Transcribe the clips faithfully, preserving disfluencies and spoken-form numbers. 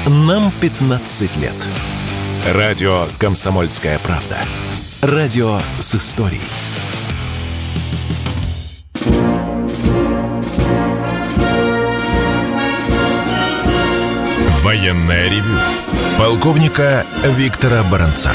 Нам пятнадцать лет. Радио «Комсомольская правда». Радио с историей. Военное ревю полковника Виктора Баранца.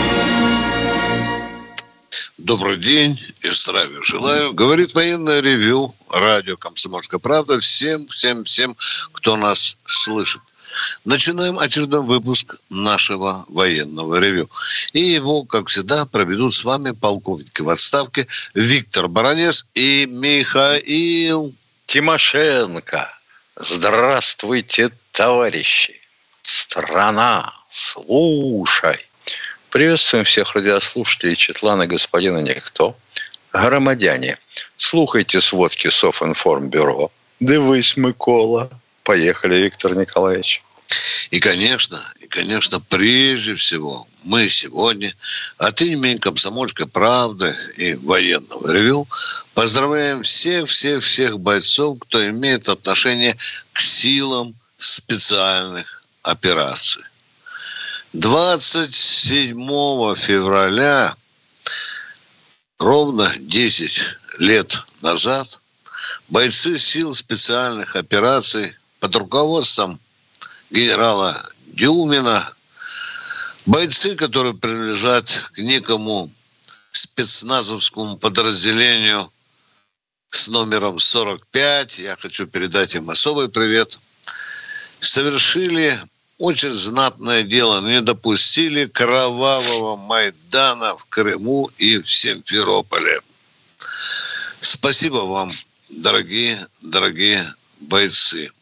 Добрый день и здравия желаю. Говорит военное ревю, радио «Комсомольская правда». Всем, всем, всем, кто нас слышит. Начинаем очередной выпуск нашего военного ревю. И его, как всегда, проведут с вами полковники в отставке Виктор Баранец и Михаил Тимошенко. Здравствуйте, товарищи. Страна, слушай. Приветствуем всех радиослушателей Четлана господина Никто. Громадяне, слухайте сводки Софинформбюро. Дивись, Микола. Поехали, Виктор Николаевич. И, конечно, и, конечно, прежде всего, мы сегодня от имени «Комсомольской правды» и военного ревю поздравляем всех-всех-всех бойцов, кто имеет отношение к силам специальных операций. двадцать седьмого февраля, ровно десять лет назад, бойцы сил специальных операций под руководством генерала Дюмина, бойцы, которые принадлежат к некому спецназовскому подразделению с номером сорок пять, я хочу передать им особый привет, совершили очень знатное дело, не допустили кровавого Майдана в Крыму и в Симферополе. Спасибо вам, дорогие, дорогие бойцы.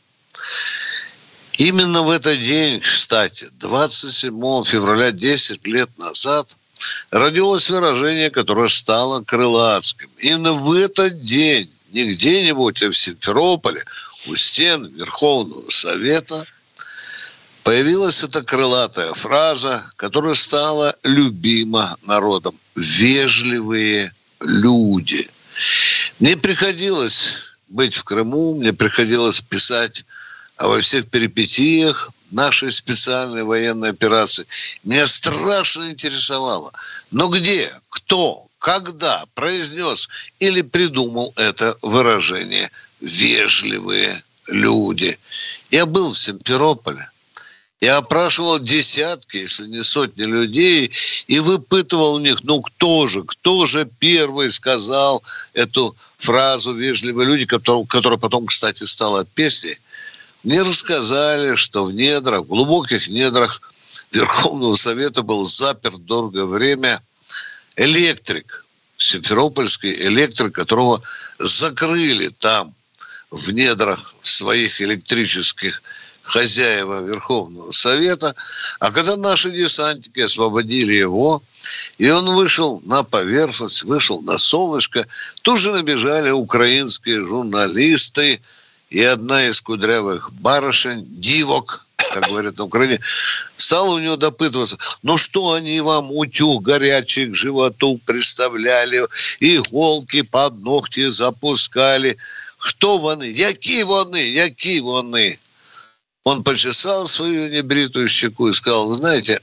Именно в этот день, кстати, двадцать седьмого февраля, десять лет назад, родилось выражение, которое стало крылатским. Именно в этот день, не где-нибудь, а в Симферополе, у стен Верховного Совета, появилась эта крылатая фраза, которая стала любима народом. Вежливые люди. Мне приходилось быть в Крыму, мне приходилось писать во всех перипетиях нашей специальной военной операции. Меня страшно интересовало. Но где, кто, когда произнес или придумал это выражение «вежливые люди»? Я был в Симферополе. Я опрашивал десятки, если не сотни людей, и выпытывал у них, ну кто же, кто же первый сказал эту фразу «вежливые люди», которая, которая потом, кстати, стала песней. Мне рассказали, что в недрах, в глубоких недрах Верховного Совета был заперт долгое время электрик, симферопольский электрик, которого закрыли там в недрах своих электрических хозяева Верховного Совета. А когда наши десантники освободили его, и он вышел на поверхность, вышел на солнышко, тут же набежали украинские журналисты, и одна из кудрявых барышень, дивок, как говорят на Украине, стала у него допытываться, ну что они вам утюг горячий к животу представляли, иголки под ногти запускали. Кто вони? Які вони? Які вони? Он почесал свою небритую щеку и сказал, знаете,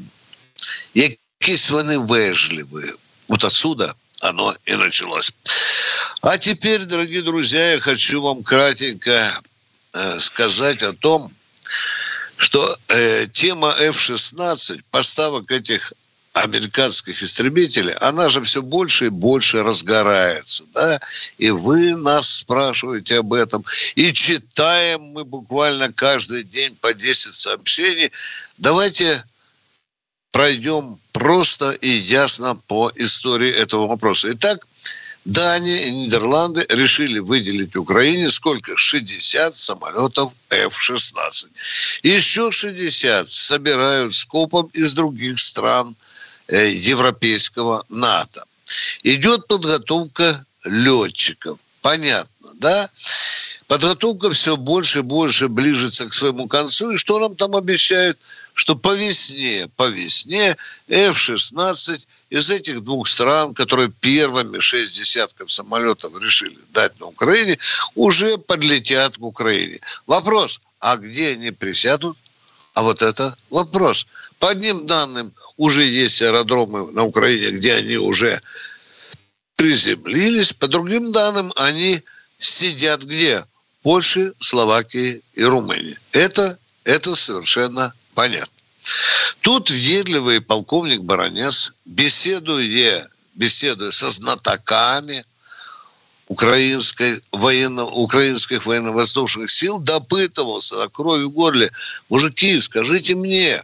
якісь вони вежливые. Вот отсюда оно и началось. А теперь, дорогие друзья, я хочу вам кратенько э, сказать о том, что э, тема эф шестнадцать, поставок этих американских истребителей, она же все больше и больше разгорается, да, и вы нас спрашиваете об этом, и читаем мы буквально каждый день по десять сообщений. Давайте пройдем просто и ясно по истории этого вопроса. Итак, Дания и Нидерланды решили выделить Украине сколько? шестьдесят самолетов эф шестнадцать. Еще шестьдесят собирают скопом из других стран э, европейского НАТО. Идет подготовка летчиков. Понятно, да? Подготовка все больше и больше ближется к своему концу. И что нам там обещают? Что по весне, по весне эф шестнадцать из этих двух стран, которые первыми шесть десятков самолетов решили дать на Украине, уже подлетят к Украине. Вопрос, а где они присядут? А вот это вопрос. По одним данным, уже есть аэродромы на Украине, где они уже приземлились. По другим данным, они сидят где? В Польше, Словакии и Румынии. Это, это совершенно понятно. Тут въедливый полковник Баранец, беседуя, беседуя со знатоками украинской военно, украинских военно-воздушных сил, допытывался на крови в горле: мужики, скажите мне,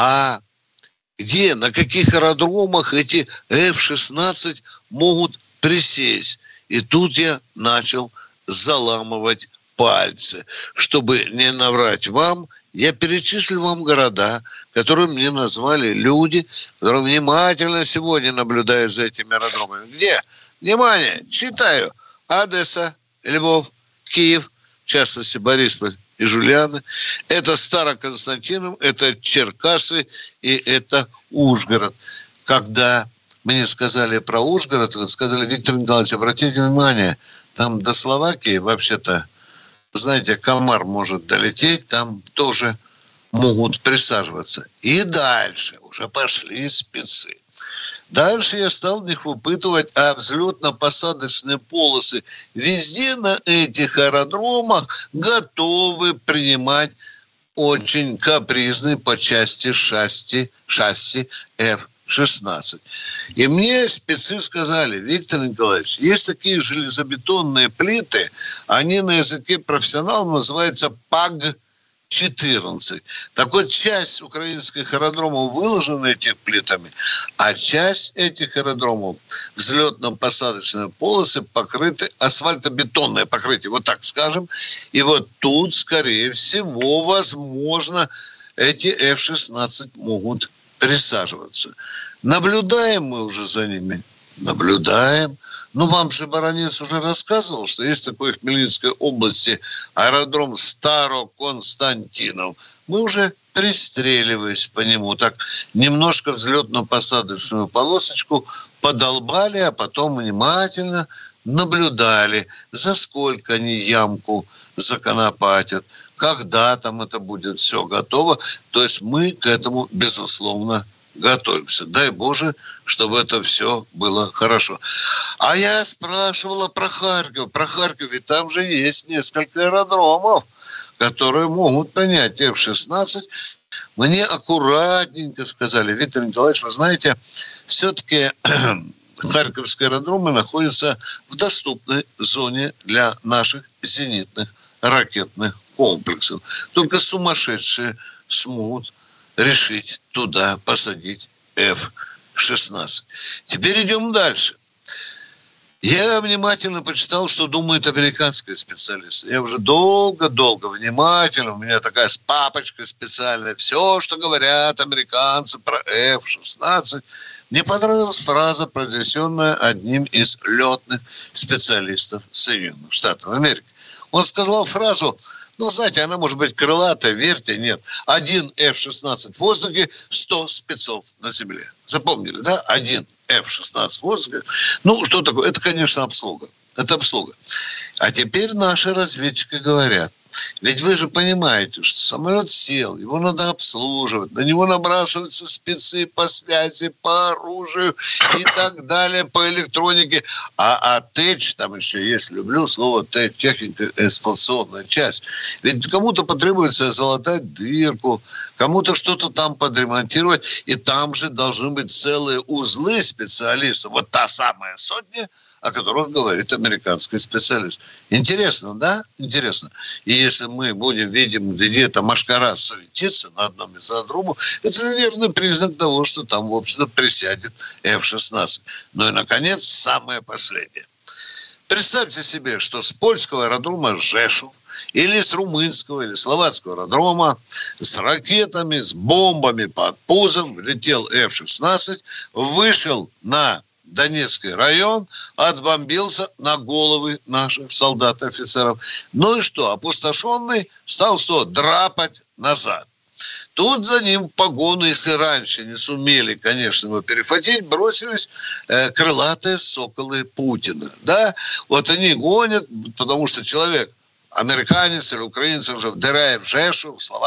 а где, на каких аэродромах эти эф шестнадцать могут присесть? И тут я начал заламывать пальцы. Чтобы не наврать вам, я перечислил вам города, которые мне назвали люди, которые внимательно сегодня наблюдают за этими аэродромами. Где? Внимание, читаю. Одесса, Львов, Киев, в частности, Борисполь и Жульяны. Это Староконстантинов, это Черкассы и это Ужгород. Когда мне сказали про Ужгород, сказали: Виктор Николаевич, обратите внимание, там до Словакии, вообще-то, знаете, комар может долететь, там тоже могут присаживаться. И дальше уже пошли спецы. Дальше я стал них выпытывать, а взлетно-посадочные полосы везде на этих аэродромах готовы принимать очень капризный по части шасси, шасси эф шестнадцать. И мне спецы сказали: Виктор Николаевич, есть такие железобетонные плиты, они на языке профессионалов называются паг четырнадцать. Так вот, часть украинских аэродромов выложена этими плитами, а часть этих аэродромов взлетно-посадочные полосы покрыты, асфальтобетонное покрытие, вот так скажем. И вот тут, скорее всего, возможно, эти эф шестнадцать могут присаживаться. Наблюдаем мы уже за ними? Наблюдаем. Ну, вам же Баранец уже рассказывал, что есть такой в Хмельницкой области аэродром Староконстантинов. Мы уже пристреливаясь по нему, так немножко взлетно-посадочную полосочку подолбали, а потом внимательно наблюдали, за сколько они ямку законопатят, когда там это будет все готово. То есть мы к этому, безусловно, готовимся. Дай Боже, чтобы это все было хорошо. А я спрашивала про Харьков. Про Харьков, ведь там же есть несколько аэродромов, которые могут принять эф шестнадцать. Мне аккуратненько сказали: Виктор Николаевич, вы знаете, все-таки харьковские аэродромы находятся в доступной зоне для наших зенитных ракетных комплексов. Только сумасшедшие смогут решить туда посадить эф шестнадцать. Теперь идем дальше. Я внимательно почитал, что думают американские специалисты. Я уже долго-долго внимательно, у меня такая папочка специальная, все, что говорят американцы про эф шестнадцать. Мне понравилась фраза, произнесенная одним из летных специалистов Соединенных Штатов Америки. Он сказал фразу: ну, знаете, она может быть крылатая, верьте, нет. Один эф шестнадцать в воздухе, сто спецов на земле. Запомнили, да? Один эф шестнадцать в воздухе. Ну, что такое? Это, конечно, обслуга. Это обслуга. А теперь наши разведчики говорят: ведь вы же понимаете, что самолет сел, его надо обслуживать, на него набрасываются спецы по связи, по оружию и так далее, по электронике. А, а ТЭЧ, там еще есть, люблю слово ТЭЧ, технико-эксплуатационная часть. Ведь кому-то потребуется залатать дырку, кому-то что-то там подремонтировать, и там же должны быть целые узлы специалистов. Вот та самая сотня, о которых говорит американский специалист. Интересно, да? Интересно. И если мы будем видим, где-то машкара суетится на одном из аэродромов, это верный признак того, что там, в общем-то, присядет эф шестнадцать. Ну и, наконец, самое последнее. Представьте себе, что с польского аэродрома Жешув или с румынского или словацкого аэродрома с ракетами, с бомбами под пузом влетел эф шестнадцать, вышел на Донецкий район, отбомбился на головы наших солдат и офицеров. Ну и что? Опустошенный стал что? Драпать назад. Тут за ним в погону, если раньше не сумели, конечно, его перехватить, бросились э, крылатые соколы Путина. Да? Вот они гонят, потому что человек, американец или украинец, уже вдирает в Жешу, в Словакию, в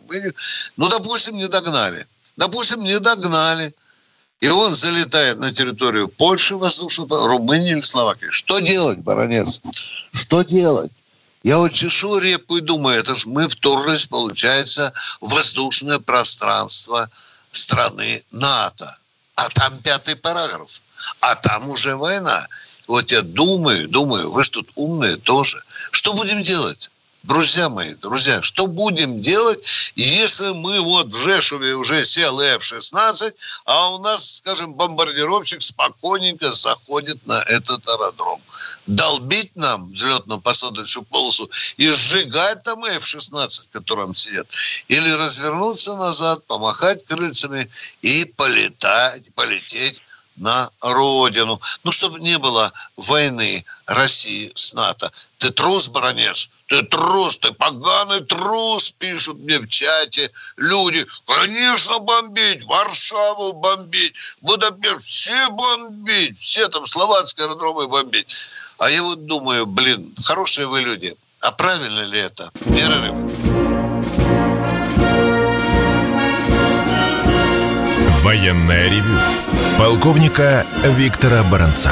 Румынию. Ну, допустим, не догнали. Допустим, не догнали. И он залетает на территорию Польши, воздушного, Румынии или Словакии. Что делать, баронец? Что делать? Я вот чешу репу и думаю, это же мы вторглись, получается, в воздушное пространство страны НАТО. А там пятый параграф. А там уже война. Вот я думаю, думаю, вы же тут умные тоже. Что будем делать? Друзья мои, друзья, что будем делать, если мы вот в Жешуве уже сел эф шестнадцать, а у нас, скажем, бомбардировщик спокойненько заходит на этот аэродром? Долбить нам взлетно-посадочную полосу и сжигать там эф шестнадцать, в котором сидят? Или развернуться назад, помахать крыльцами и полетать, полететь на родину. Ну, чтобы не было войны России с НАТО. Ты трус, баронец? Ты трус, ты поганый трус, пишут мне в чате люди. Конечно, бомбить, Варшаву бомбить, Будапешт, все бомбить, все там словацкие аэродромы бомбить. А я вот думаю, блин, хорошие вы люди. А правильно ли это? Перерыв. Военное ревю полковника Виктора Баранца.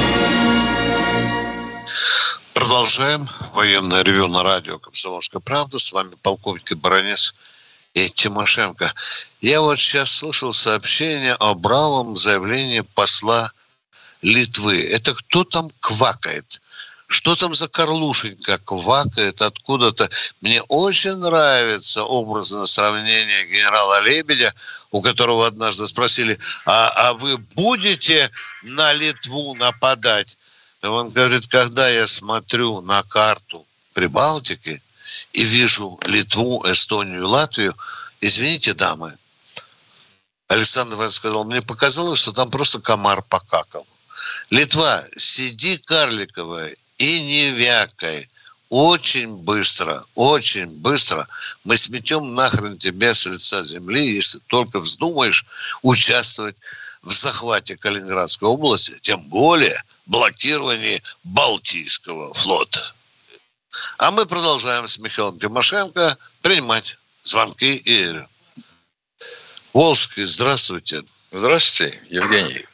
Продолжаем военное ревю на радио «Комсомольская правда». С вами полковник Баранец и Тимошенко. Я вот сейчас слышал сообщение о бравом заявлении посла Литвы. Это кто там квакает? Что там за Карлушенька квакает откуда-то? Мне очень нравится образное сравнение генерала Лебедя, у которого однажды спросили, а, а вы будете на Литву нападать? И он говорит, когда я смотрю на карту Прибалтики и вижу Литву, Эстонию, Латвию, извините, дамы, Александр Иванович сказал, мне показалось, что там просто комар покакал. Литва, сиди карликовая и не вякай. Очень быстро, очень быстро мы сметем нахрен тебя с лица земли, если только вздумаешь участвовать в захвате Калининградской области, тем более блокировании Балтийского флота. А мы продолжаем с Михаилом Тимошенко принимать звонки и... Волжский, здравствуйте. Здравствуйте, Евгений.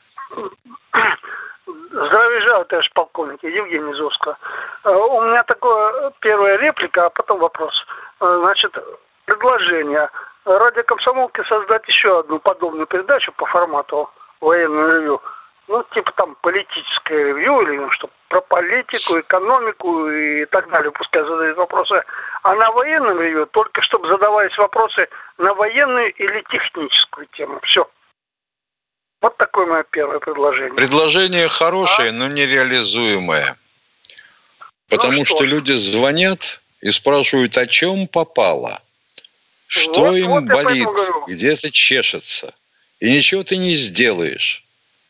Здравия желаю, товарищ полковник. Евгений Зовска. У меня такое первая реплика, а потом вопрос. Значит, предложение. Ради комсомолки создать еще одну подобную передачу по формату военного ревью. Ну, типа там политическое ревью или ну, что про политику, экономику и так далее. Пускай задают вопросы. А на военном ревью только чтобы задавались вопросы на военную или техническую тему. Все. Вот такое мое первое предложение. Предложение хорошее, а? но нереализуемое. Потому ну, что, что люди звонят и спрашивают, о чем попало. Что вот, им вот болит, где-то чешется. И ничего ты не сделаешь.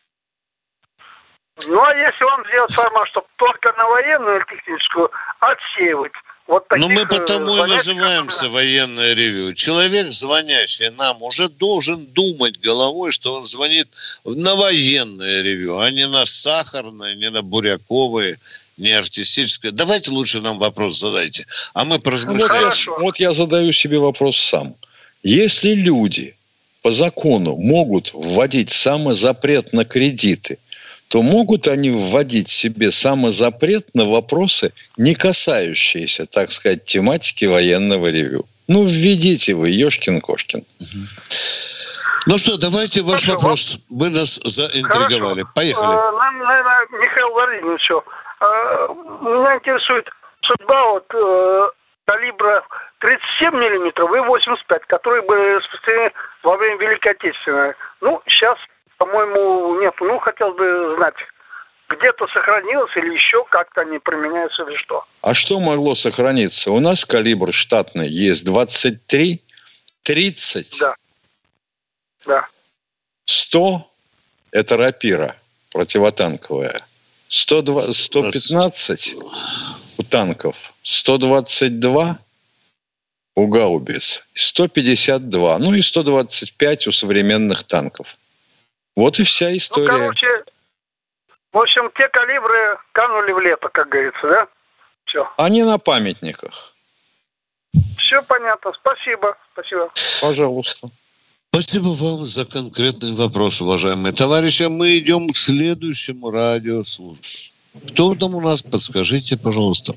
Ну, а если вам сделать формат, чтобы только на военную или техническую отсеивать? Вот таких, ну, мы потому и называемся как... военное ревью. Человек, звонящий нам, уже должен думать головой, что он звонит на военное ревью, а не на сахарное, не на буряковое, не артистическое. Давайте лучше нам вопрос задайте, а мы поразмышляем. Вот я, вот я задаю себе вопрос сам. Если люди по закону могут вводить самозапрет на кредиты, то могут они вводить себе самозапрет на вопросы, не касающиеся, так сказать, тематики военного ревью. Ну, введите вы, ёшкин-кошкин. Угу. Ну что, давайте ваш Хорошо. вопрос. Вы нас заинтриговали. Хорошо. Поехали. А, наверное, Михаил Владимирович, а, меня интересует судьба вот, а, калибра тридцать семь миллиметров и восемьдесят пять, которые были распространены во время Великой Отечественной. Ну, сейчас, по-моему, нет. Ну, хотел бы знать, где-то сохранилось или еще как-то они применяются или что. А что могло сохраниться? У нас калибр штатный есть двадцать три, тридцать. Да. Да. сто – это рапира противотанковая. сто два, сто пятнадцать у танков. сто двадцать два у гаубиц. сто пятьдесят два. Ну и сто двадцать пять у современных танков. Вот и вся история. Ну, короче, в общем, те калибры канули в лето, как говорится, да? Все. Они на памятниках. Все понятно. Спасибо. Спасибо. Пожалуйста. Спасибо вам за конкретный вопрос, уважаемые товарищи. Мы идем к следующему радиослушателю. Кто там у нас? Подскажите, пожалуйста.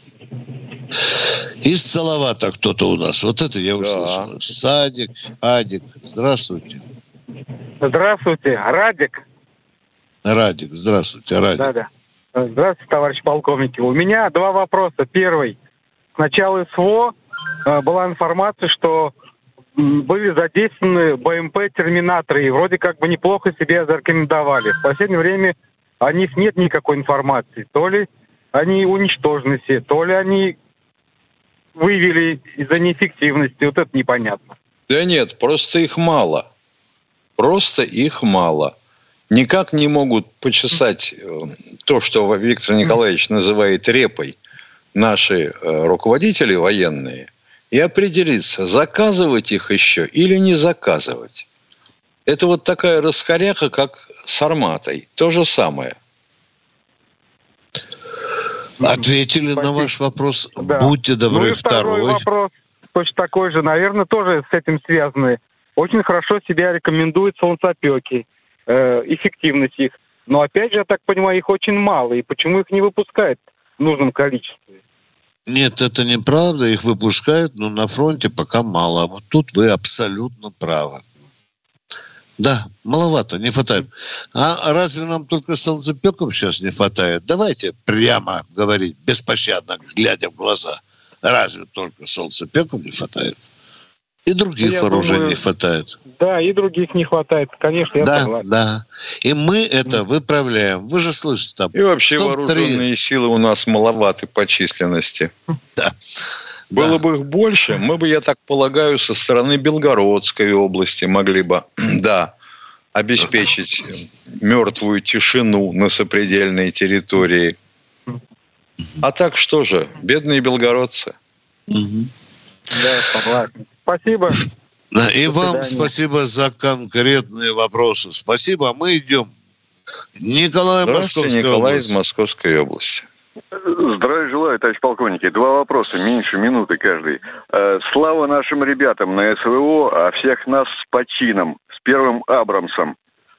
Из Салавата кто-то у нас. Вот это я услышал. Да. Садик, Адик. Здравствуйте. Здравствуйте, Радик. Радик, здравствуйте, Радик. Да, да. Здравствуйте, товарищ полковники. У меня два вопроса. Первый. С начала СВО э, была информация, что были задействованы БМП терминаторы и вроде как бы неплохо себя зарекомендовали. В последнее время о них нет никакой информации. То ли они уничтожены все, то ли они вывели из-за неэффективности. Вот это непонятно. Да нет, просто их мало. Просто их мало. Никак не могут почесать то, что Виктор Николаевич называет репой, наши руководители военные, и определиться, заказывать их еще или не заказывать. Это вот такая раскоряка, как с «Арматой». То же самое. Ответили Спасибо. На ваш вопрос. Да. Будьте добры. Ну и второй. второй вопрос, точно такой же, наверное, тоже с этим связанный. Очень хорошо себя рекомендуют солнцопеки, э, эффективность их. Но опять же, я так понимаю, их очень мало. И почему их не выпускают в нужном количестве? Нет, это неправда. Их выпускают, но на фронте пока мало. Вот тут вы абсолютно правы. Да, маловато, не хватает. А разве нам только солнцепеков сейчас не хватает? Давайте прямо говорить, беспощадно, глядя в глаза. Разве только солнцепеков не хватает? И других я вооружений думаю, не хватает. Да, и других не хватает. Конечно, я да, согласен. Да, и мы это выправляем. Вы же слышите там. И вообще вооруженные силы у нас маловаты по численности. Да. Было да. бы их больше, мы бы, я так полагаю, со стороны Белгородской области могли бы, да, обеспечить мертвую тишину на сопредельной территории. А так что же, бедные белгородцы. Угу. Да, согласен. Спасибо. Да, и До вам свидания. Спасибо за конкретные вопросы. Спасибо. Мы идем. Николай Московская Николай область. из Московской области. Здравия желаю, товарищ полковники. Два вопроса, меньше минуты каждый. Слава нашим ребятам на СВО, а всех нас с почином, с первым Абрамсом.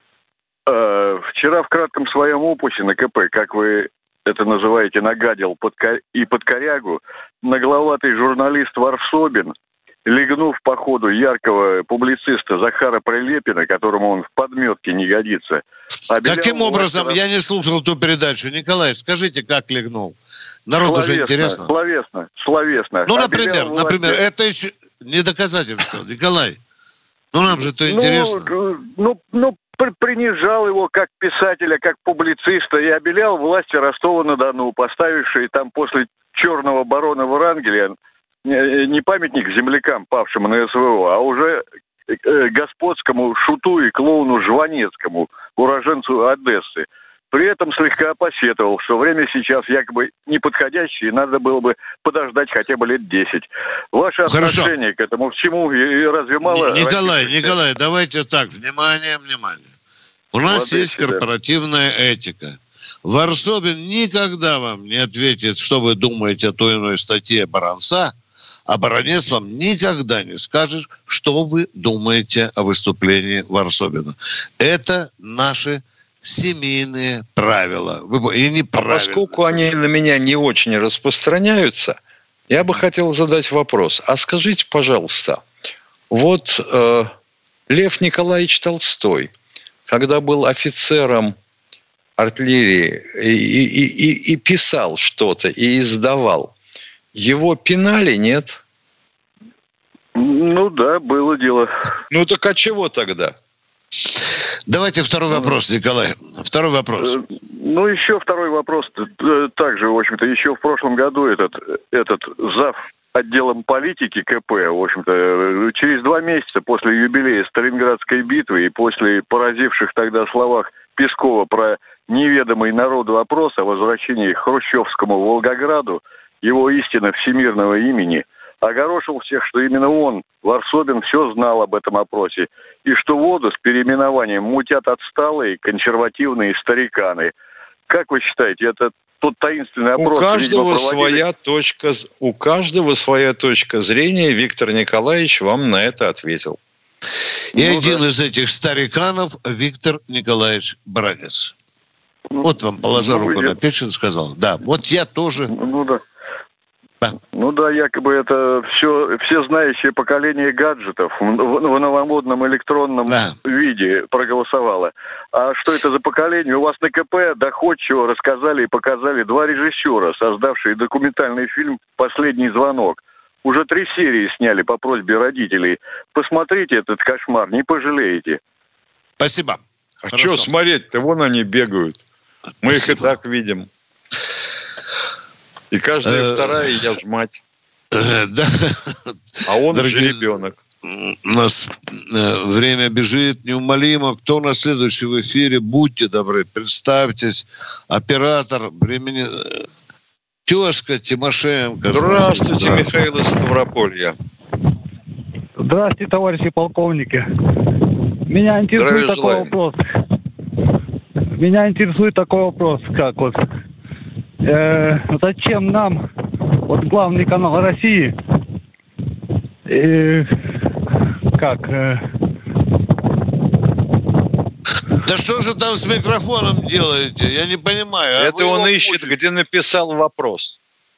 Вчера в кратком своем опусе на ка пэ, как вы это называете, нагадил под ко... и под корягу, нагловатый журналист Варсобин, легнув по ходу яркого публициста Захара Прилепина, которому он в подметке не годится. Каким образом? Власть... Я не слушал эту передачу. Николай, скажите, как легнул? Народу же интересно. Словесно, словесно. Ну, например, власть... например, это еще не доказательство. Николай, ну нам же это интересно. Ну, ну, ну принижал его как писателя, как публициста и обелял власти Ростова-на-Дону, поставившие там после черного барона Врангеля не памятник землякам, павшим на СВО, а уже господскому шуту и клоуну Жванецкому, уроженцу Одессы. При этом слегка опосетовал, что время сейчас якобы неподходящее, и надо было бы подождать хотя бы лет десять. Ваше отношение Хорошо. К этому, к чему, и разве мало... Николай, Николай, давайте так, внимание, внимание. У нас Молодец, есть корпоративная да. этика. Варсобин никогда вам не ответит, что вы думаете о той или иной статье Баранца, а Баранец вам никогда не скажет, что вы думаете о выступлении Варсобина. Это наши семейные правила. И неправильно. А поскольку они на меня не очень распространяются, я бы хотел задать вопрос. А скажите, пожалуйста, вот э, Лев Николаевич Толстой, когда был офицером артиллерии и, и, и, и писал что-то, и издавал, его пинали, нет? Ну да, было дело. Ну так а чего тогда? Давайте второй вопрос, Николай. Второй вопрос. Ну, еще второй вопрос. Также, в общем-то, еще в прошлом году этот, этот зав. Отделом политики ка пэ, в общем-то, через два месяца после юбилея Сталинградской битвы и после поразивших тогда словах Пескова про неведомый народу опрос о возвращении к хрущевскому Волгограду, его истинно всемирного имени, огорошил всех, что именно он, Варсобин, все знал об этом опросе, и что воду с переименованием мутят отсталые консервативные стариканы. Как вы считаете, это тот таинственный опрос? У каждого своя точка, у каждого своя точка зрения. Виктор Николаевич вам на это ответил. И ну, один да. из этих стариканов Виктор Николаевич Баранец. Ну, вот вам, положа ну, руку я... на печень, сказал. Да, вот я тоже... Ну да. Да. Ну да, якобы это все, все знающее поколение гаджетов в, в новомодном электронном да. виде проголосовало. А что это за поколение? У вас на КП доходчиво рассказали и показали два режиссера, создавшие документальный фильм «Последний звонок». Уже три серии сняли по просьбе родителей. Посмотрите этот кошмар, не пожалеете. Спасибо. А что смотреть-то? Вон они бегают. Мы Спасибо. Их и так видим. И каждая вторая я ж мать. Да. А он же ребенок. У нас время бежит неумолимо. Кто на следующий в эфире? Будьте добры, представьтесь. Оператор времени... Тезка Тимошенко. Здравствуйте, да. Михаил из Ставрополья. Здравствуйте, товарищи полковники. Меня интересует Здравия такой желаем. вопрос. Меня интересует такой вопрос, как вот э, зачем нам вот главный канал России э, как э... Да что же там с микрофоном делаете? Я не понимаю. Это а он ищет, будете? Где написал вопрос.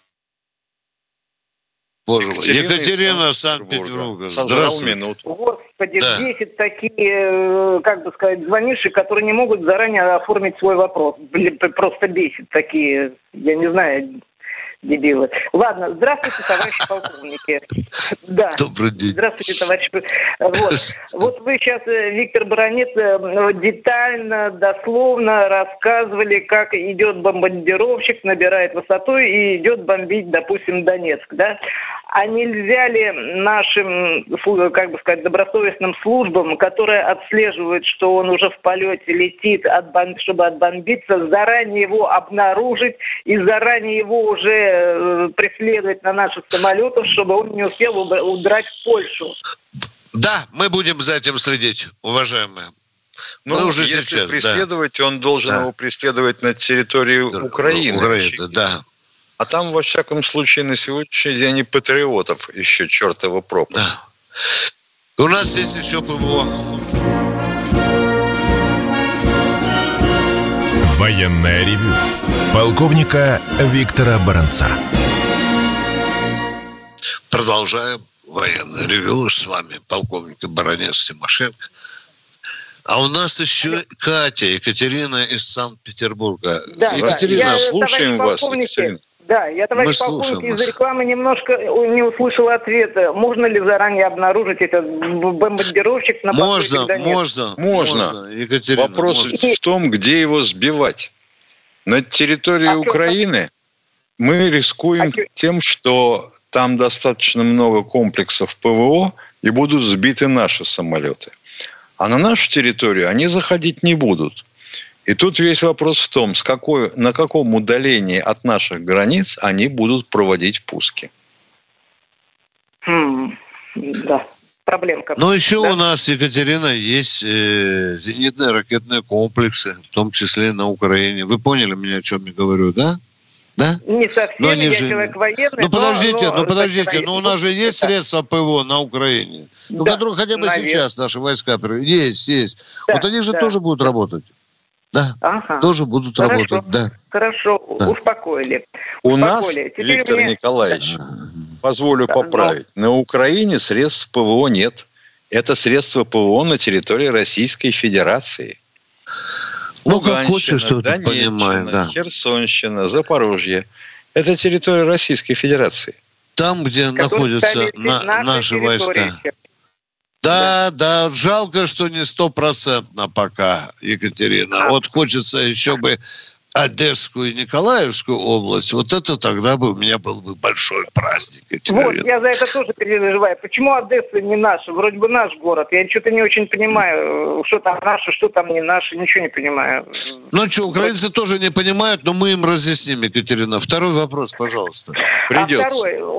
Боже мой. Екатерина, Екатерина Санкт-Петербурга. Здравствуйте. Господи, да. Бесит такие, как бы сказать, звонившие, которые не могут заранее оформить свой вопрос. Блин, просто бесит такие, я не знаю, дебилы. Ладно, здравствуйте, товарищи полковники. Да. Добрый день. Здравствуйте, товарищи. Вот. вот вы сейчас, Виктор Баранец, детально, дословно рассказывали, как идет бомбардировщик, набирает высоту и идет бомбить, допустим, Донецк, да? А нельзя ли нашим, как бы сказать, добросовестным службам, которые отслеживают, что он уже в полете летит, чтобы отбомбиться, заранее его обнаружить и заранее его уже преследовать на наших самолетах, чтобы он не успел удрать в Польшу? Да, мы будем за этим следить, уважаемые. Ну, мы уже если сейчас, преследовать, да. он должен да. его преследовать на территории да. Украины. Украины, да. А там, во всяком случае, на сегодняшний день и патриотов еще чертова пропасть. Да. У нас есть еще ПВО. Военное ревю полковника Виктора Баранца. Продолжаем военное ревю с вами, полковник Баранец, Тимошенко. А у нас еще Катя, Екатерина из Санкт-Петербурга. Да, Екатерина, да. Я, слушаем вас, Екатерина. Да, я, товарищ полковник, из рекламы немножко не услышал ответа. Можно ли заранее обнаружить этот бомбардировщик на Можно, можно, можно. Можно. Екатерина, Вопрос можно. в том, где его сбивать. На территории а Украины что? Мы рискуем а тем, что там достаточно много комплексов ПВО и будут сбиты наши самолеты. А на нашу территорию они заходить не будут. И тут весь вопрос в том, с какой, на каком удалении от наших границ они будут проводить пуски. Хм, да, проблемка. Но еще да? у нас, Екатерина, есть э, зенитные ракетные комплексы, в том числе на Украине. Вы поняли меня, о чем я говорю, да? Да? Не совсем, но я же... человек военный. Ну, подождите, но, но, ну, подождите, но у нас же есть да. средства ПВО на Украине, ну, да, которые хотя бы наверное. сейчас наши войска, есть, есть. Да, вот они же да. тоже будут работать. Да, ага. тоже будут Хорошо. работать, да. Хорошо, да. успокоили. У успокоили. нас, Теперь Виктор мне... Николаевич, да. позволю да, поправить, но... на Украине средств ПВО нет. Это средства ПВО на территории Российской Федерации. Ну, как хочешь, что ты понимаешь, да. Херсонщина, Запорожье. Это территория Российской Федерации. Там, где находятся на, наши войска. Да, да, жалко, что не стопроцентно пока, Екатерина. А. Вот хочется еще бы Одесскую и Николаевскую область. Вот это тогда бы у меня был бы большой праздник, Екатерина. Вот, я за это тоже переживаю. Почему Одесса не наша? Вроде бы наш город. Я что-то не очень понимаю, что там наше, что там не наше. Ничего не понимаю. Ну что, украинцы вот. Тоже не понимают, но мы им разъясним, Екатерина. Второй вопрос, пожалуйста. Придется. А второй, он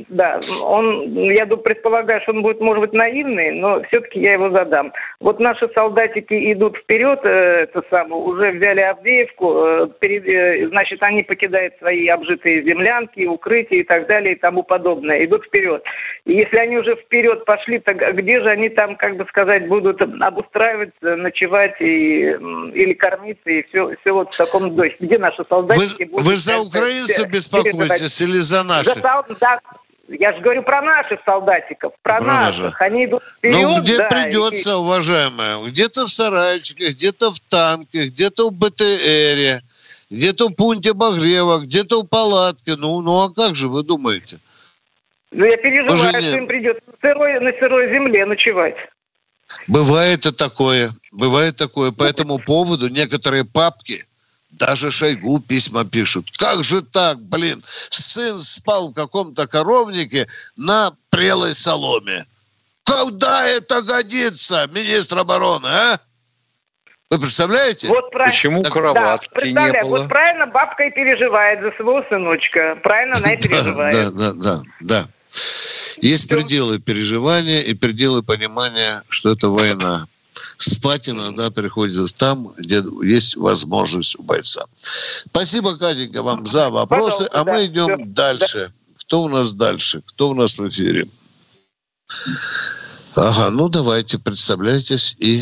да, он, я думаю, предполагаю, что он будет, может быть, наивный, но все-таки я его задам. Вот наши солдатики идут вперед, э, это самое, уже взяли Авдеевку, э, перед, э, значит, они покидают свои обжитые землянки, укрытия и так далее и тому подобное, идут вперед. И если они уже вперед пошли, то где же они там, как бы сказать, будут обустраиваться, ночевать и, или кормиться, и все, все вот в таком духе. Где наши солдатики вы, будут... Вы за украинцев беспокоитесь или за наших? За, да, я же говорю про наших солдатиков, про, про наших. наших. Они идут вперед. Ну, где да, придется, и... уважаемая? Где-то в сарайчиках, где-то в танке, где-то в БТРе, где-то в пункте обогрева, где-то в палатке. Ну, ну а как же вы думаете? Ну, я переживаю, Уже что нет. им придется на сырой, на сырой земле ночевать. Бывает и такое. Бывает такое. По этому поводу некоторые папки даже Шойгу письма пишут. Как же так, блин? Сын спал в каком-то коровнике на прелой соломе. Куда это годится, министр обороны, а? Вы представляете? Вот правильно. Почему так, кроватки да, не было? Вот правильно бабка и переживает за своего сыночка. Правильно она и переживает. Да, да, да, да. Есть пределы переживания и пределы понимания, что это война. Спать иногда приходится там, где есть возможность у бойца. Спасибо, Катенька, вам за вопросы. Пожалуйста, а мы да, идем все. дальше. Да. Кто у нас дальше? Кто у нас в эфире? Ага, ну давайте, представляйтесь. И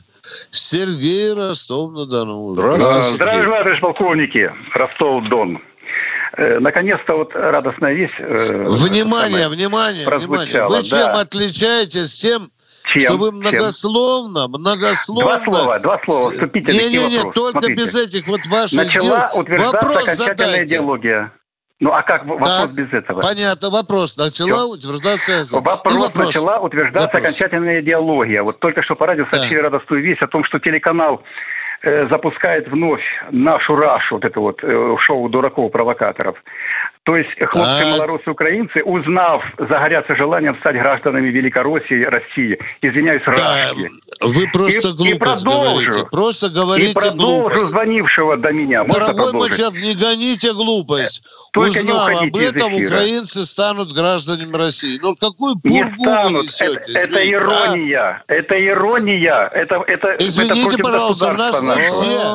Сергей, Ростов-на-Дону. Здравствуйте. Здравия желаю, товарищ полковники. Ростов-Дон. Наконец-то вот радостная весть. Внимание, внимание, внимание. Вы чем да. отличаетесь тем, чем? Что вы многословно, чем? многословно... Два слова, два слова, вступительный вопрос. Не-не-не, только Смотрите. без этих вот ваших Начала дел. утверждаться Вопрос окончательная задайте. идеология. Ну, а как вопрос так, без этого? Понятно, вопрос. Начала Все. утверждаться... Вопрос, вопрос начала утверждаться вопрос. окончательная идеология. Вот только что по радио сообщили да. радостную весть о том, что телеканал э, запускает вновь нашу Рашу, вот это вот э, шоу дураков-провокаторов. То есть хлопцы, малоросы, украинцы, узнав, загорятся желанием стать гражданами Великороссии, России, извиняюсь, да, Рашки. Вы просто и, глупость и продолжу, говорите. Просто говорите и продолжу глупость. звонившего до меня. Можно Дорогой продолжить? мальчик, не гоните глупость. Только Узнав не об этом, украинцы станут гражданами России. Ну, какую пургу вы несете? Это, это ирония. А? Это ирония. Это, это, Извините, это против пожалуйста, у нас не все.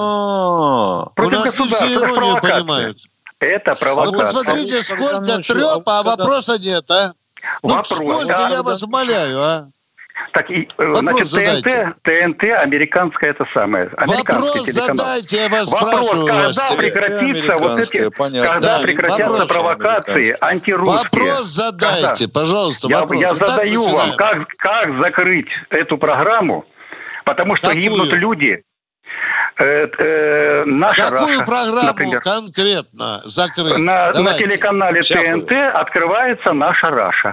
Против у нас не все иронию понимают. Это провокация. Вы посмотрите, сколько трёпа, а вопроса нет, а? Ну, Вопрос. сколько, Да, я да. вас умоляю, а? Так, и, Вопрос значит, ТНТ, ТНТ, американская это самое. Вопрос телеканал. Задайте, я вас Вопрос, спрашиваю. когда вас прекратится вот эти, понятно. когда да, прекратятся вопрос, провокации антирусские? Вопрос задайте, когда? Пожалуйста, я, вопрос. Я Итак, задаю начинаем. вам, как, как закрыть эту программу, потому что Какую? гибнут люди. Э, э, наша Какую Раша, программу например, конкретно закрыть? На, на телеканале Всякую. ТНТ открывается наша Раша.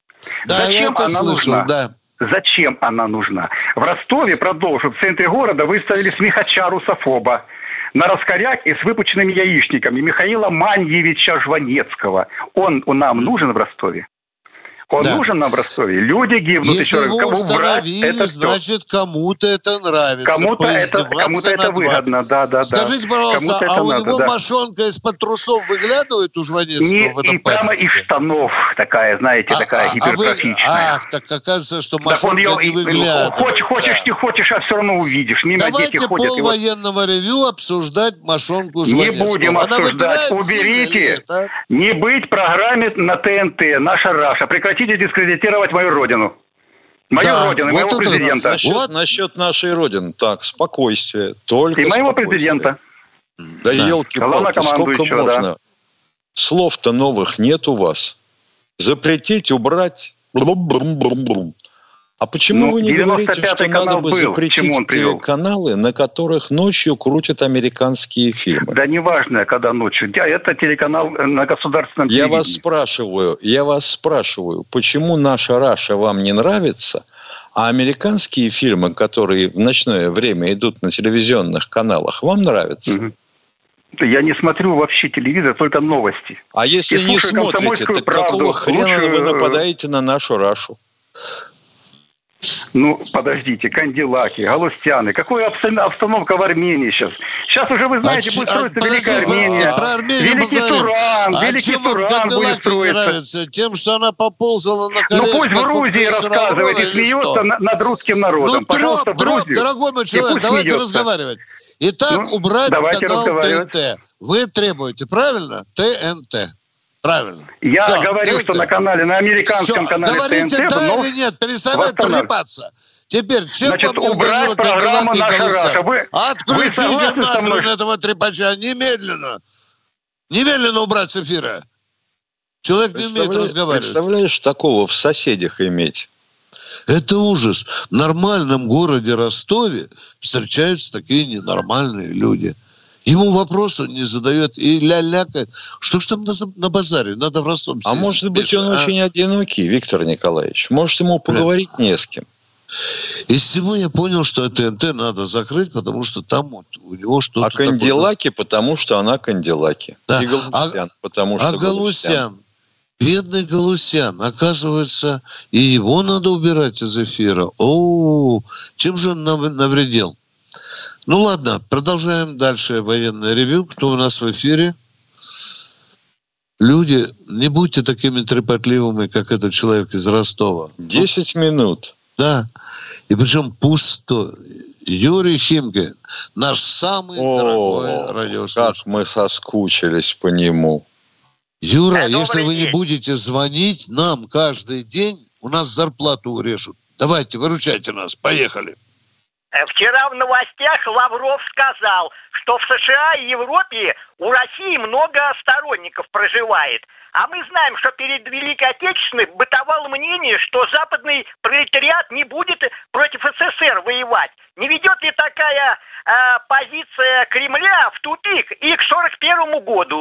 Да, Зачем я это она слышал, нужна? Да. Зачем она нужна? В Ростове, продолжу, в центре города выставили смехача русофоба на раскоряк и с выпученными яичниками Михаила Маньевича Жванецкого. Он нам нужен в Ростове? Он да. нужен нам в Ростове? Люди гибнут. Если еще его раз. установили, это значит, кому-то это нравится. Кому-то это, кому-то это выгодно, да, да, Скажите, да. пожалуйста, а у надо, него да. мошонка из-под трусов выглядывает у Жванецкого Не, в этом и прямо памятнике? из штанов такая, знаете, а, такая а, гипертрофичная. А вы, ах, так оказывается, что мошонка ее, не выглядывает. Хочешь, хочешь, да. не хочешь, а все равно увидишь. Мимо Давайте дети ходят. пол военного вот... ревью обсуждать мошонку Жванецкого. Не будем Она обсуждать. Уберите. Нет, а? Не быть в программе на ТНТ, наша Раша. Прекратите дискредитировать мою родину. Мою да, родину, вот моего президента. Насчет, вот. насчет нашей родины. Так, спокойствие. Только И моего спокойствие. президента. Да, да. елки-палки, сколько можно? Да. Слов-то новых нет у вас. Запретить, убрать. Брум-брум-брум-брум. А почему ну, вы не говорите, что надо бы был. запретить телеканалы, на которых ночью крутят американские фильмы? Да неважно, когда ночью. Это телеканал на государственном телевидении. Я вас спрашиваю, я вас спрашиваю, почему наша Раша вам не нравится, а американские фильмы, которые в ночное время идут на телевизионных каналах, вам нравятся? Угу. Я не смотрю вообще телевизор, только новости. А если И не смотрите, так правду, какого хрена лучше... вы нападаете на нашу Рашу? Ну, подождите, Кандилаки, Галустяны. Какая обстановка в Армении сейчас? Сейчас уже, вы знаете, а будет строиться а, Великая Армения. Про Армению Великий Туран, а Великий чем Туран будет строиться. Нравится? Тем, что она поползала на колечко. Ну, пусть в Грузии рассказывает и смеется на, над русским народом. Ну, Пожалуйста, троп, в Грузию. дорогой мой человек, давайте смеется. разговаривать. Итак, ну, убрать канал ТНТ. Вы требуете, правильно? ТНТ. Правильно. Я Все, говорю, ТНТ. что на канале, на американском Все, канале говорите, ТНТ... да или нет, переставай трепаться. Теперь, чем Значит, вам убрать программу «Наша Раша». Вы, Отключите нахрен этого трепача немедленно. Немедленно убрать с эфира. Человек не умеет разговаривать. Представляешь, такого в соседях иметь? Это ужас. В нормальном городе Ростове встречаются такие ненормальные люди. Ему вопросы не задает и ля-лякает. Что ж там на, на базаре? Надо в Ростов съездить. А может быть, он а? очень одинокий, Виктор Николаевич. Может, ему поговорить да. не с кем. Из всего я понял, что ТНТ надо закрыть, потому что там вот у него что-то А Кандилаки, такое... потому что она Кандилаки. Да. И Галустян, а, потому что а Галустян. Бедный Галустян. Оказывается, и его надо убирать из эфира. О, чем же он навредил? Ну ладно, продолжаем дальше военное ревью. Кто у нас в эфире? Люди, не будьте такими трепотливыми, как этот человек из Ростова. Десять минут. Да. И причем пусто. Юрий Химке, наш самый О, дорогой радиослушатель. Как мы соскучились по нему. Юра, а если вы день. не будете звонить нам каждый день, у нас зарплату урежут. Давайте, выручайте нас. Поехали. Вчера в новостях Лавров сказал, что в США и Европе у России много сторонников проживает. А мы знаем, что перед Великой Отечественной бытовало мнение, что западный пролетариат не будет против СССР воевать. Не ведет ли такая э, позиция Кремля в тупик и к сорок первому году?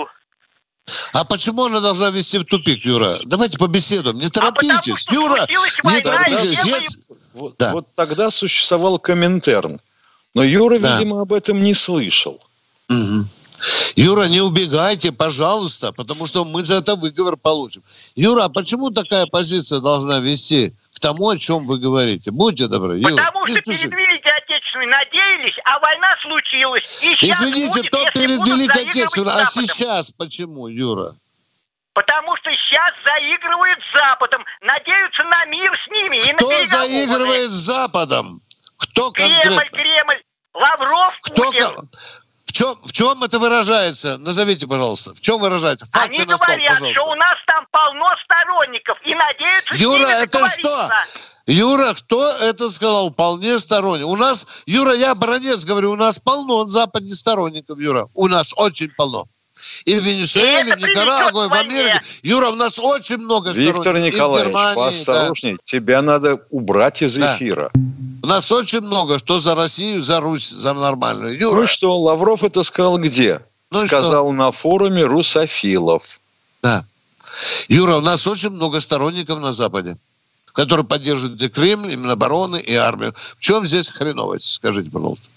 А почему она должна вести в тупик, Юра? Давайте побеседуем. Не торопитесь, а Юра. Не торопитесь. Здесь... Вот, да. вот тогда существовал Коминтерн. Но Юра, да. видимо, об этом не слышал. Угу. Юра, не убегайте, пожалуйста, потому что мы за это выговор получим. Юра, а почему такая позиция должна вести к тому, о чем вы говорите? Будьте добры, Юра. Потому что перед Великой Отечественной надеялись, а война случилась. И Извините, будет, то перед Великой Отечественной, а Западом. сейчас почему, Юра? Потому что сейчас заигрывают с Западом, надеются на мир с ними. И Кто на заигрывает с Западом? Кто конкретно? Кремль, Кремль, Лавров, Кто, Путин. В чем, в чем это выражается? Назовите, пожалуйста. В чем выражается? Факты Они на стол, говорят, пожалуйста. что у нас там полно сторонников и надеются Юра, с ними это что? Юра, кто это сказал? Вполне сторонник. У нас, Юра, я Баранец говорю, у нас полно на Западе сторонников, Юра. У нас очень полно. И в Венесуэле, и в Никарагуа, в Америке. Юра, у нас очень много Виктор сторонников. Виктор Николаевич, Германии, поосторожней. Да. Тебя надо убрать из да. эфира. У нас очень много. Кто за Россию, за Русь, за нормальную. Юра. Ну что, Лавров это сказал где? Ну сказал что? На форуме русофилов. Да. Юра, у нас очень много сторонников на Западе, которые поддерживают и Кремль, и Минобороны, и армию. В чем здесь хреновость? Скажите, пожалуйста.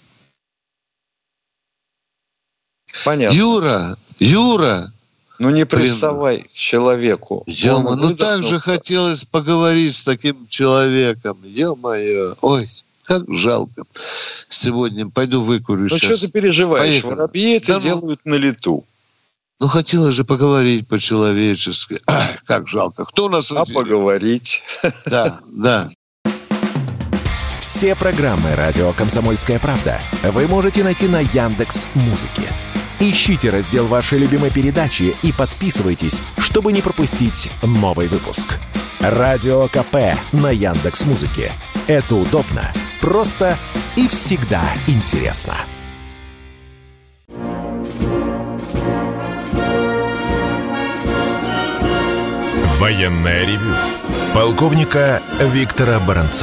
Понятно. Юра, Юра. Ну не приставай к человеку. Ё-моё, ну так же хотелось поговорить с таким человеком. Ё-моё. Ой, как жалко. Сегодня пойду выкурю ну, сейчас. Ну что ты переживаешь? Поехали. Воробьи это да, делают на лету. Ну хотелось же поговорить по-человечески. Ах, как жалко. Кто у нас в эфире? А поговорить. Да, да. Все программы «Радио Комсомольская правда» вы можете найти на Яндекс.Музыке. Ищите раздел вашей любимой передачи и подписывайтесь, чтобы не пропустить новый выпуск. Радио КП на Яндекс.Музыке. Это удобно, просто и всегда интересно. Военное ревю полковника Виктора Баранца.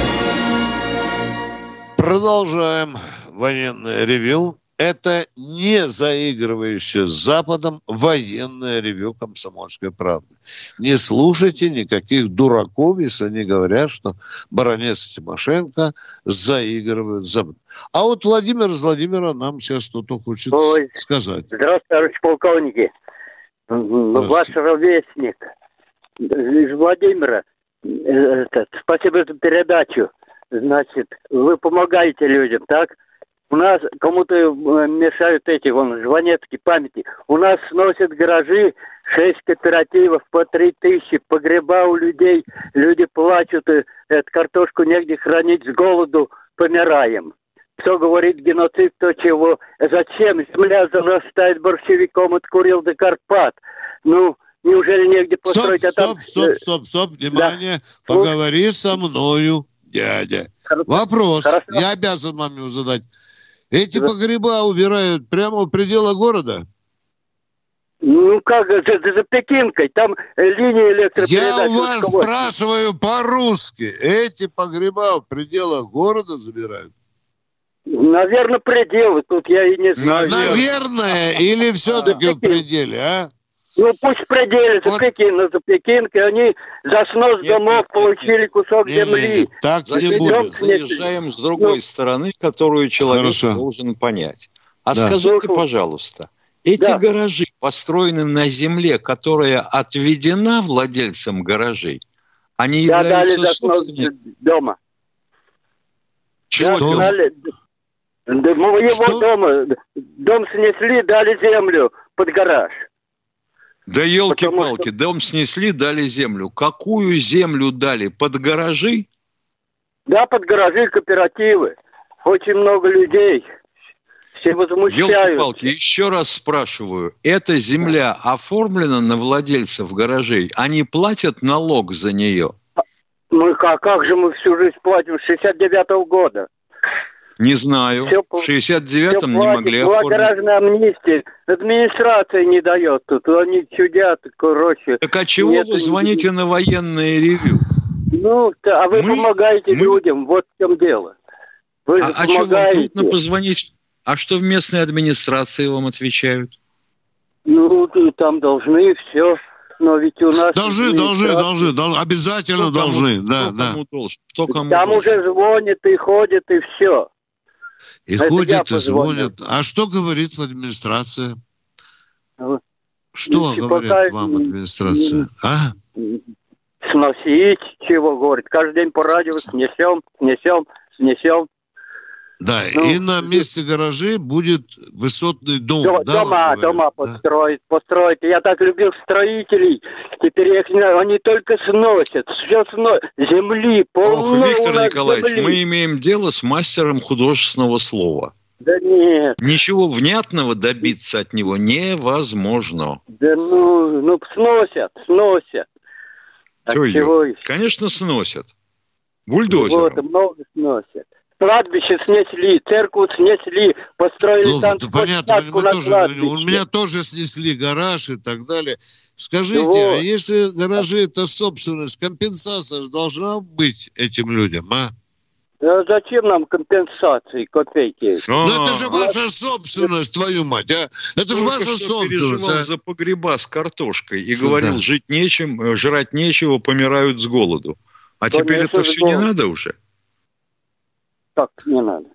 Продолжаем военное ревю. Это не заигрывающее с Западом военное ревю «Комсомольской правды». Не слушайте никаких дураков, если они говорят, что Баранец и Тимошенко заигрывают с Западом. А вот Владимир из Владимира нам сейчас что-то хочет Ой, сказать. Здравствуйте, товарищ полковники. Ваш ровесник из Владимира. Спасибо за передачу. значит, вы помогаете людям, так? У нас кому-то мешают эти, вон, жванецкие памяти. У нас сносят гаражи, шесть кооперативов по три тысячи, погреба у людей. Люди плачут, и, эту картошку негде хранить, с голоду помираем. Кто говорит геноцид, то чего? Зачем земля зарастает борщевиком от Курил до Карпат? Ну, неужели негде построить? Стоп, а там... стоп, стоп, стоп, стоп, внимание. Да. Поговори со мною, дядя. Хорошо. Вопрос, Хорошо. Я обязан вам его задать. Эти да. погреба убирают прямо в пределах города? Ну как, за, за Пекинкой, там линия электропередач. Я у вас спрашиваю по-русски. Эти погреба в пределах города забирают? Наверное, пределы. Тут я и не знаю. Наверное, или все-таки в пределе, а? Ну пусть в пределе, за вот. Пекин, за Пекинкой. Они за снос нет, домов нет, получили нет, кусок нет, земли. Нет, так не будет. Заезжаем с другой ну, стороны, которую человек хорошо. Должен понять. А да. Скажите, пожалуйста, эти да. гаражи построены на земле, которая отведена владельцам гаражей, они да, являются дали за снос дома. Чего да, дали, да, моего что? Дома. Дом снесли, дали землю под гараж. Да елки-палки, что... дом снесли, дали землю. Какую землю дали? Под гаражи? Да, под гаражи, кооперативы. Очень много людей. Все возмущаются. Елки-палки, еще раз спрашиваю. Эта земля оформлена на владельцев гаражей? Они платят налог за нее? Мы как, как же мы всю жизнь платим с шестьдесят девятого года? Не знаю. Все, в шестьдесят девятом не могли была оформить. Гаражная амнистия. Администрация не дает тут. Они чудят, короче. Так а чего нет, вы звоните на военное ревью? Ну, а вы мы, помогаете мы... людям. Вот в чем дело. Вы а, а чего вам трудно позвонить? А что в местной администрации вам отвечают? Ну, там должны все... Но ведь у нас... Должны, должны, должны, должны, обязательно кто должны. Кому, да, кто да. кому должен? Кто кому там должен? Уже звонят и ходят, и все. И это ходят, и звонят. А что говорит администрация? Ну, что говорит пока... вам администрация? А? Сносить, чего говорит. Каждый день по радио снесем, снесем, снесем. Да, ну, и на месте гаражей будет высотный дом. До, да, дома, дома да? построить, построить. Я так любил строителей. Теперь я их не знаю, они только сносят. Все сносят. Земли полно. Ох, Виктор Николаевич, земли. Мы имеем дело с мастером художественного слова. Да нет. Ничего внятного добиться от него невозможно. Да ну, ну сносят, сносят. Чего? Конечно, сносят. Бульдозером. Вот, много сносят. Кладбище снесли, церковь снесли, построили ну, там... Понятно, мы тоже, у меня тоже снесли гараж и так далее. Скажите, вот. А если гаражи это собственность, компенсация же должна быть этим людям, а? Да зачем нам компенсации, копейки? Ну это же ваша собственность, твою мать, а? Это же ваша собственность. Переживал а? за погреба с картошкой и говорил, да. Жить нечем, жрать нечего, помирают с голоду. А да теперь это все не надо уже? Как не надо?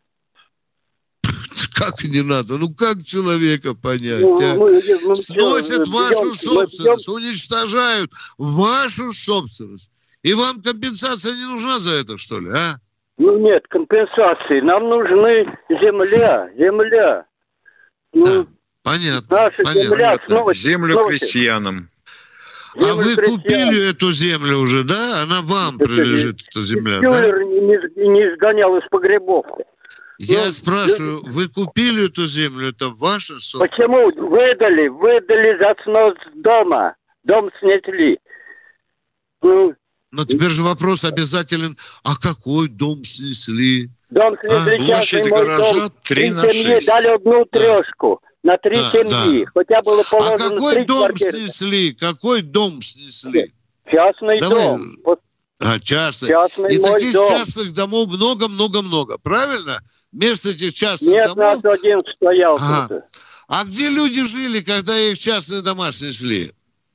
Как не надо? Ну как человека понять? Ну, а? мы, мы, Сносят мы, вашу мы, собственность, мы, уничтожают вашу собственность. И вам компенсация не нужна за это, что ли, а? Ну нет, компенсации. Нам нужны земля, земля. Ну, да, понятно. Наша понятно. земля сносит. Землю сносит. крестьянам. А вы купили эту землю уже, да? Она вам это принадлежит, не, эта земля, да? Не, не сгонял из погребов. Я ну, спрашиваю, ну, вы купили эту землю? Это ваша собственность? Почему? Выдали, выдали за снос дома. Дом снесли. Ну, Но теперь же вопрос обязателен, а какой дом снесли? Дом снесли, а, площадь гаража три на шесть. Дали одну трешку. На три да, семьи. Да. Хотя было положено а какой дом квартиры. снесли? Какой дом снесли? Частный Давай. дом. А, частный. частный И таких дом. частных домов много-много-много. Правильно? Вместо этих частных Нет, домов... Нет, нас один стоял ага. тут. А где люди жили, когда их частные дома снесли?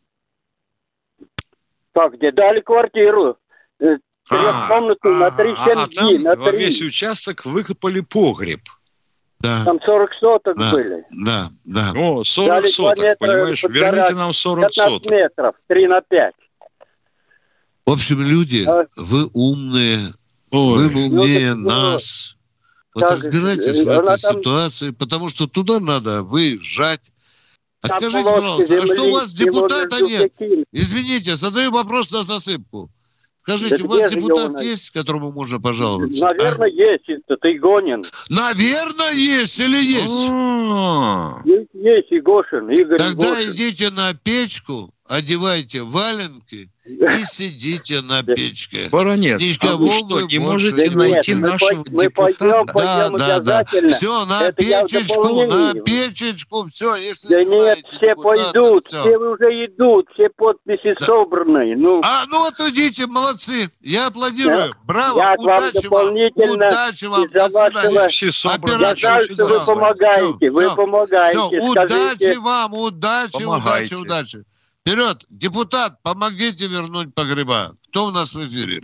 Как где? Дали квартиру. Трехкомнатную на три семьи. А там во весь участок выкопали погреб. Да. Там сорок соток да, были. Да, да. О, сорок Дали соток, понимаешь? Верните нам сорок соток. метров, три на пять. В общем, люди, а? Вы умные, Ой. Вы умнее ну, нас. Вот так, разбирайтесь в этой там... ситуации, потому что туда надо выезжать. А там скажите, пожалуйста, земли, а что у вас депутата нет? Извините, задаю вопрос на засыпку. Скажите, да у вас депутат есть, которому можно пожаловаться? Наверное, а? есть. Ты Игонин. Наверное, есть или есть? Есть, есть Игошин, Игорь Тогда Игошин. Идите на печку, одевайте валенки и сидите на печке. Баронец, Никого а вы что, не можете нет, найти мы нашего мы депутата? Пойдем, пойдем да, да, да. Все, на это печечку, на печечку, все, если да не нет, знаете все депутата, пойдут, все. все уже идут, все подписи да. собраны. Ну. А, ну вот идите, молодцы, я аплодирую. Да. Браво, я удачи вам, удачи вам, до свидания. Все собраны. Я знаю, что вы помогаете, все, вы все, помогаете. Все, удачи вам, удачи, помогайте. удачи, удачи. Вперед! Депутат, помогите вернуть погреба. Кто у нас в эфире?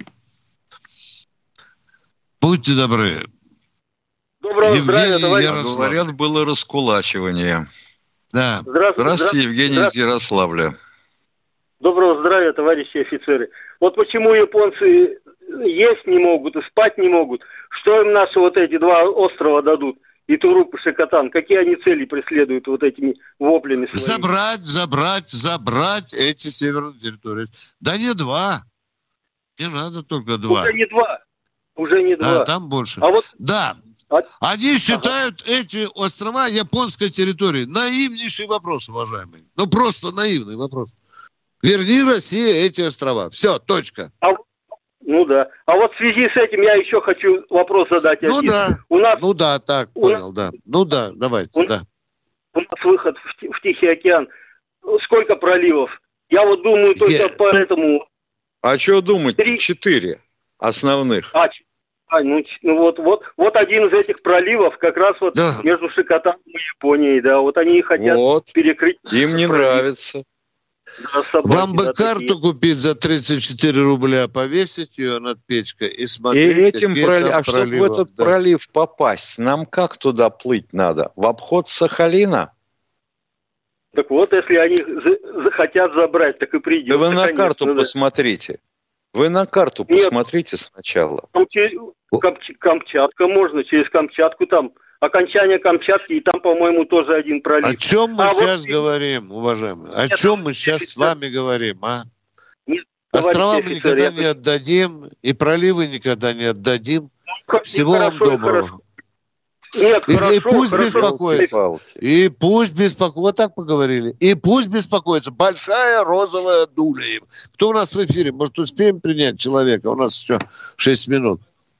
Будьте добры. Доброго здравия, товарищ. Говорят, было раскулачивание. Да. Здравствуйте, Здравствуйте, Евгений из Ярославля. Доброго здравия, товарищи офицеры. Вот почему японцы есть не могут и спать не могут. Что им наши вот эти два острова дадут? И Туруп, и Шикотан. Какие они цели преследуют вот этими воплями своими? Забрать, забрать, забрать эти северные территории. Да не два. Не надо только два. Уже не два. Уже не два. Да, там больше. А вот... Да. А... Они считают ага. эти острова японской территорией. Наивнейший вопрос, уважаемый. Ну, просто наивный вопрос. Верни России эти острова. Все, точка. А... Ну да. А вот в связи с этим я еще хочу вопрос задать. Ну один. да. У нас... Ну да, так, у понял, нас... да. Ну да, давайте, у... да. У нас выход в, в Тихий океан. Сколько проливов? Я вот думаю только я... по этому... А что думать? Три... Четыре основных. А, а ну, ну вот, вот, вот один из этих проливов как раз вот да. между Шикотаном и Японией, да. Вот они и хотят вот. перекрыть. Им не пролив. Нравится. Да, собаки, вам бы да, карту такие. Купить за тридцать четыре рубля, повесить ее над печкой и смотреть, и этим пролив... А чтобы в этот да. пролив попасть, нам как туда плыть надо? В обход Сахалина? Так вот, если они захотят забрать, так и придется. Да вы на конечно, карту да. посмотрите. Вы на карту Нет. посмотрите сначала. Там через Камчатка можно, через Камчатку там. Окончание Камчатки, и там, по-моему, тоже один пролив. О чем мы а сейчас вот... говорим, уважаемые? О Нет, чем мы сейчас с вами говорим, а? Нет, острова мы никогда не отдадим, и проливы никогда не отдадим. Ну, всего вам доброго. Хорошо. Нет, и, хорошо, и пусть хорошо. беспокоится. И пусть беспокоится. Вот так поговорили. И пусть беспокоится. Большая розовая дуля. Кто у нас в эфире? Может, успеем принять человека? У нас еще шесть минут.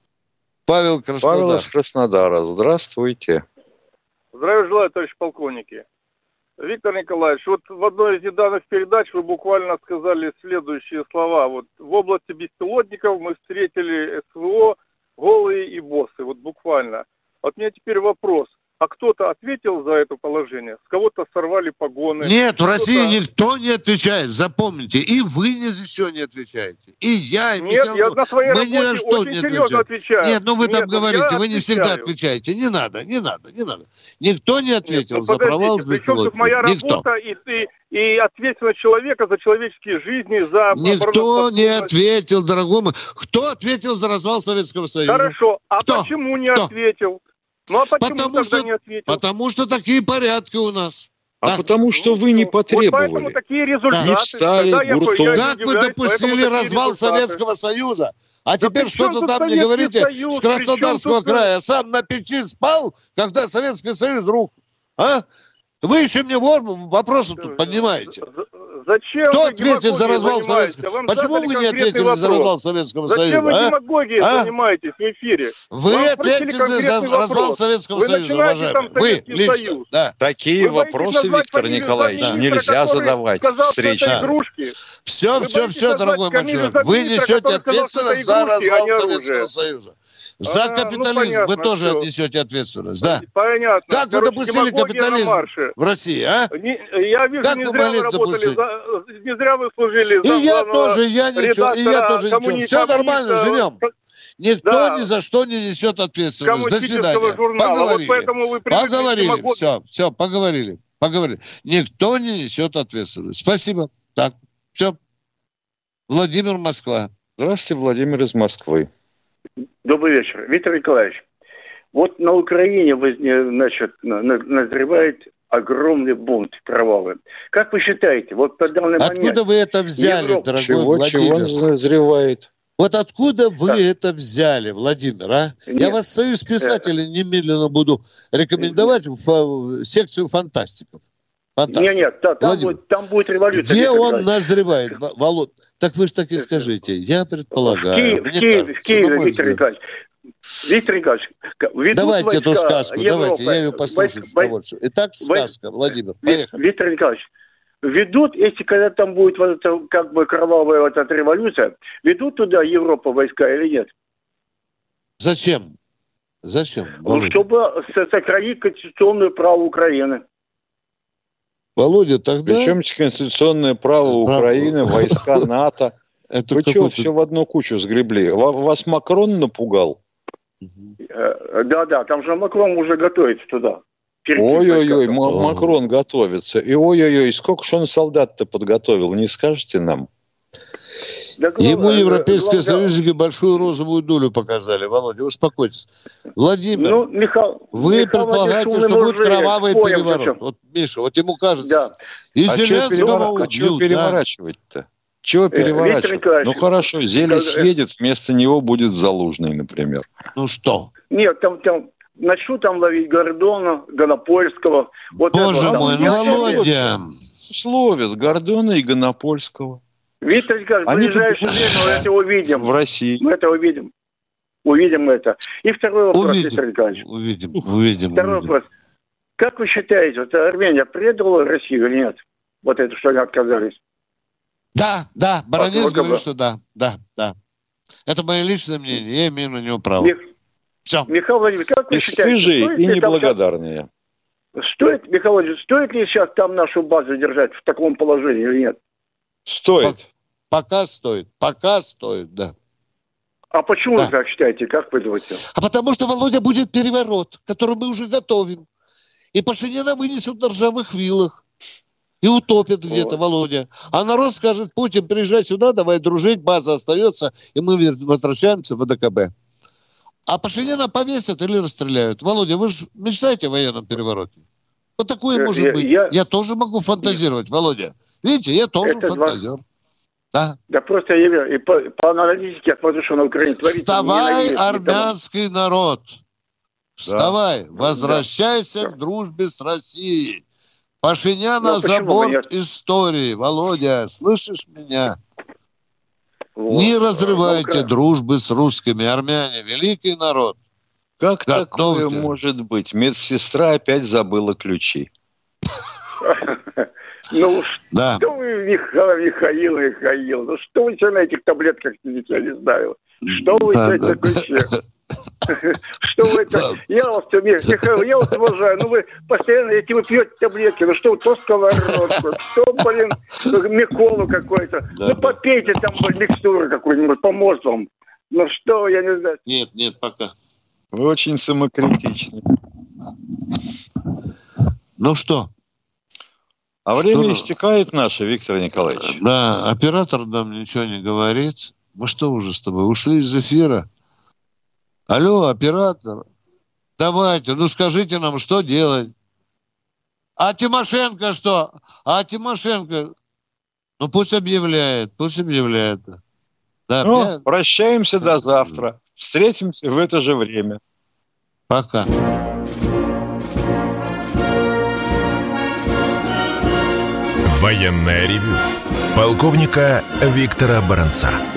Павел Краснодар. Павел из Краснодара. Здравствуйте. Здравия желаю, товарищ полковники. Виктор Николаевич, вот в одной из недавних передач вы буквально сказали следующие слова. Вот в области беспилотников мы встретили СВО голые и боссы. Вот буквально. Вот у меня теперь вопрос. А кто-то ответил за это положение? С кого-то сорвали погоны? Нет, в России кто-то... никто не отвечает, запомните. И вы ни за что не отвечаете. И я, и Нет, Михаил... я на своей Мы ни за что очень не серьезно отвечаем. отвечаю. Нет, ну вы Нет, там говорите, вы не отвечаю. всегда отвечаете. Не надо, не надо, не надо. Никто не ответил Нет, ну, за провал с беспилотником. Тут моя Никто. работа и, и, и ответственность человека за человеческие жизни, за... Никто не ответил, дорогой мой. Кто ответил за развал Советского Союза? Хорошо, а Кто? почему не Кто? ответил? Ну а почему потому тогда что, не ответил? Потому что такие порядки у нас. А да. потому что вы не потребовали. Вот поэтому такие результаты. Не встали гуртом. Как вы допустили развал результаты. Советского Союза? А да теперь что-то там не говорите Союз, с Краснодарского края. Сам на печи спал, когда Советский Союз рухнул. А? Вы еще мне вопросы тут поднимаете. Зачем Кто ответит за развал Советского? Почему вы не ответили вопрос. за развал Советского Зачем Союза? Зачем вы а? демагогией а? занимаетесь в эфире? Вы Вам ответите за развал Советского вы Союза, уважаемый. Вы лично. Союз. Да. Такие вы вопросы, Виктор Николаевич, да. нельзя задавать встречи. Да. Все, вы все, все, дорогой мой человек. Вы несете ответственность за развал Советского Союза. За а, капитализм ну, понятно, вы тоже все. несете ответственность, да? Понятно. Как Короче, вы допустили капитализм в России, а? Не, я вижу, как не вы зря могли вы работали, допустить? за, не зря вы служили и за я тоже, я ничего, и я тоже ничего. Все нормально, живем. Никто да. ни за что не несет ответственность. До свидания. Журнала. Поговорили. Вот поэтому вы поговорили. Все, все, поговорили. Поговорили. Никто не несет ответственность. Спасибо. Так, все. Владимир, Москва. Здравствуйте, Владимир из Москвы. Добрый вечер. Виктор Николаевич, вот на Украине, значит, назревает огромный бунт кровавый. Как вы считаете, вот на данный момент... Откуда вы это взяли, Европа... дорогой чего, Владимир? Чего назревает? Вот откуда вы так. это взяли, Владимир, а? Нет. Я вас в Союз писателей немедленно буду рекомендовать в, в секцию фантастиков. Нет, нет, там, там, будет, там будет революция. Где он назревает, Володь? Так вы же так и скажите. Я предполагаю. В Киеве, в Киеве, в Киеве Виктор Николаевич. Виктор Николаевич, давайте эту сказку, Европы, давайте, я ее послушаю с удовольствием. Итак, сказка, Владимир, поехали. Виктор Николаевич, ведут, если когда там будет вот эта, как бы кровавая вот эта революция, ведут туда Европа войска или нет? Зачем? Зачем? Ну, чтобы сохранить конституционное право Украины. Володя, тогда... Причем конституционное право право. Украины, войска НАТО. Это вы что, все в одну кучу сгребли? Вас Макрон напугал? Да-да, там же Макрон уже готовится туда. Ой-ой-ой, Макрон готовится. И ой-ой-ой, сколько же он солдат-то подготовил, не скажете нам? Да, главное, Ему европейские главное... союзники большую розовую долю показали. Володя, успокойтесь. Владимир, ну, Михаил, вы Михаил предполагаете, что будет кровавый понял, переворот. Вот, Миша, вот ему кажется. Да. И а Зеленского убьют. А чего переворачивать-то? Чего переворачивать? Ну хорошо, Зелень съедет, вместо него будет Залужный, например. Ну что? Нет, там, там начну там ловить Гордона, Гонопольского. Вот Боже это, мой, ну Володя. Словят Гордона и Гонопольского. Виктор Николаевич, в ближайшее время мы это увидим. В России. Мы это увидим. Увидим это. И второй вопрос, увидим. Виктор Николаевич. Увидим, увидим. Второй увидим. вопрос. Как вы считаете, вот Армения предала Россию или нет? Вот это, что они отказались. Да, да, Баранец вот, говорит, что да, да, да. Это мое личное мнение, я имею на него право. Мих... Все. Михаил Владимирович, как вы и считаете? Стыжие и неблагодарные. Сейчас... Стоит, Михаил Владимирович, стоит ли сейчас там нашу базу держать в таком положении или нет? Стоит. Пока стоит, пока стоит, да. А почему да. вы так считаете? Как вы думаете? А потому что, Володя, будет переворот, который мы уже готовим. И Пашиняна вынесут на ржавых вилах. И утопят где-то, вот. Володя. А народ скажет: Путин, приезжай сюда, давай дружить, база остается, и мы возвращаемся в ВДКБ. А Пашиняна повесят или расстреляют. Володя, вы же мечтаете о военном перевороте? Вот такое я, может я, быть. Я... я тоже могу фантазировать, Володя. Видите, я тоже Это фантазер. Два... Да. Да просто я и по, по аналитике я смотрю, что на Украине творится. Вставай, армянский никого. народ. Вставай, да. возвращайся да. к дружбе с Россией. Пашиняна за борт истории. Володя, слышишь меня? Вот. Не разрывайте ну, дружбы с русскими. Армяне, великий народ. Как Готовьте. Такое может быть? Медсестра опять забыла ключи. Ну, да. Что вы, Михаил, Михаил, Михаил, ну что вы на этих таблетках сидите, я не знаю. Что вы на этих ключах? Что вы это... Я вас, Михаил, я вас уважаю, ну вы постоянно эти вы пьете таблетки, ну что вы, то сковородку, что, блин, Миколу какой-то. Ну попейте там микстуру какую-нибудь, поможет вам. Ну что, я не знаю. Нет, нет, пока. Вы очень самокритичны. Ну что? А что? Время истекает наше, Виктор Николаевич. Да, оператор нам ничего не говорит. Мы что уже с тобой, ушли из эфира? Алло, оператор, давайте, ну скажите нам, что делать? А Тимошенко что? А Тимошенко? Ну пусть объявляет, пусть объявляет. Да, ну, я... прощаемся до завтра. Встретимся в это же время. Пока. Военное ревю полковника Виктора Баранца.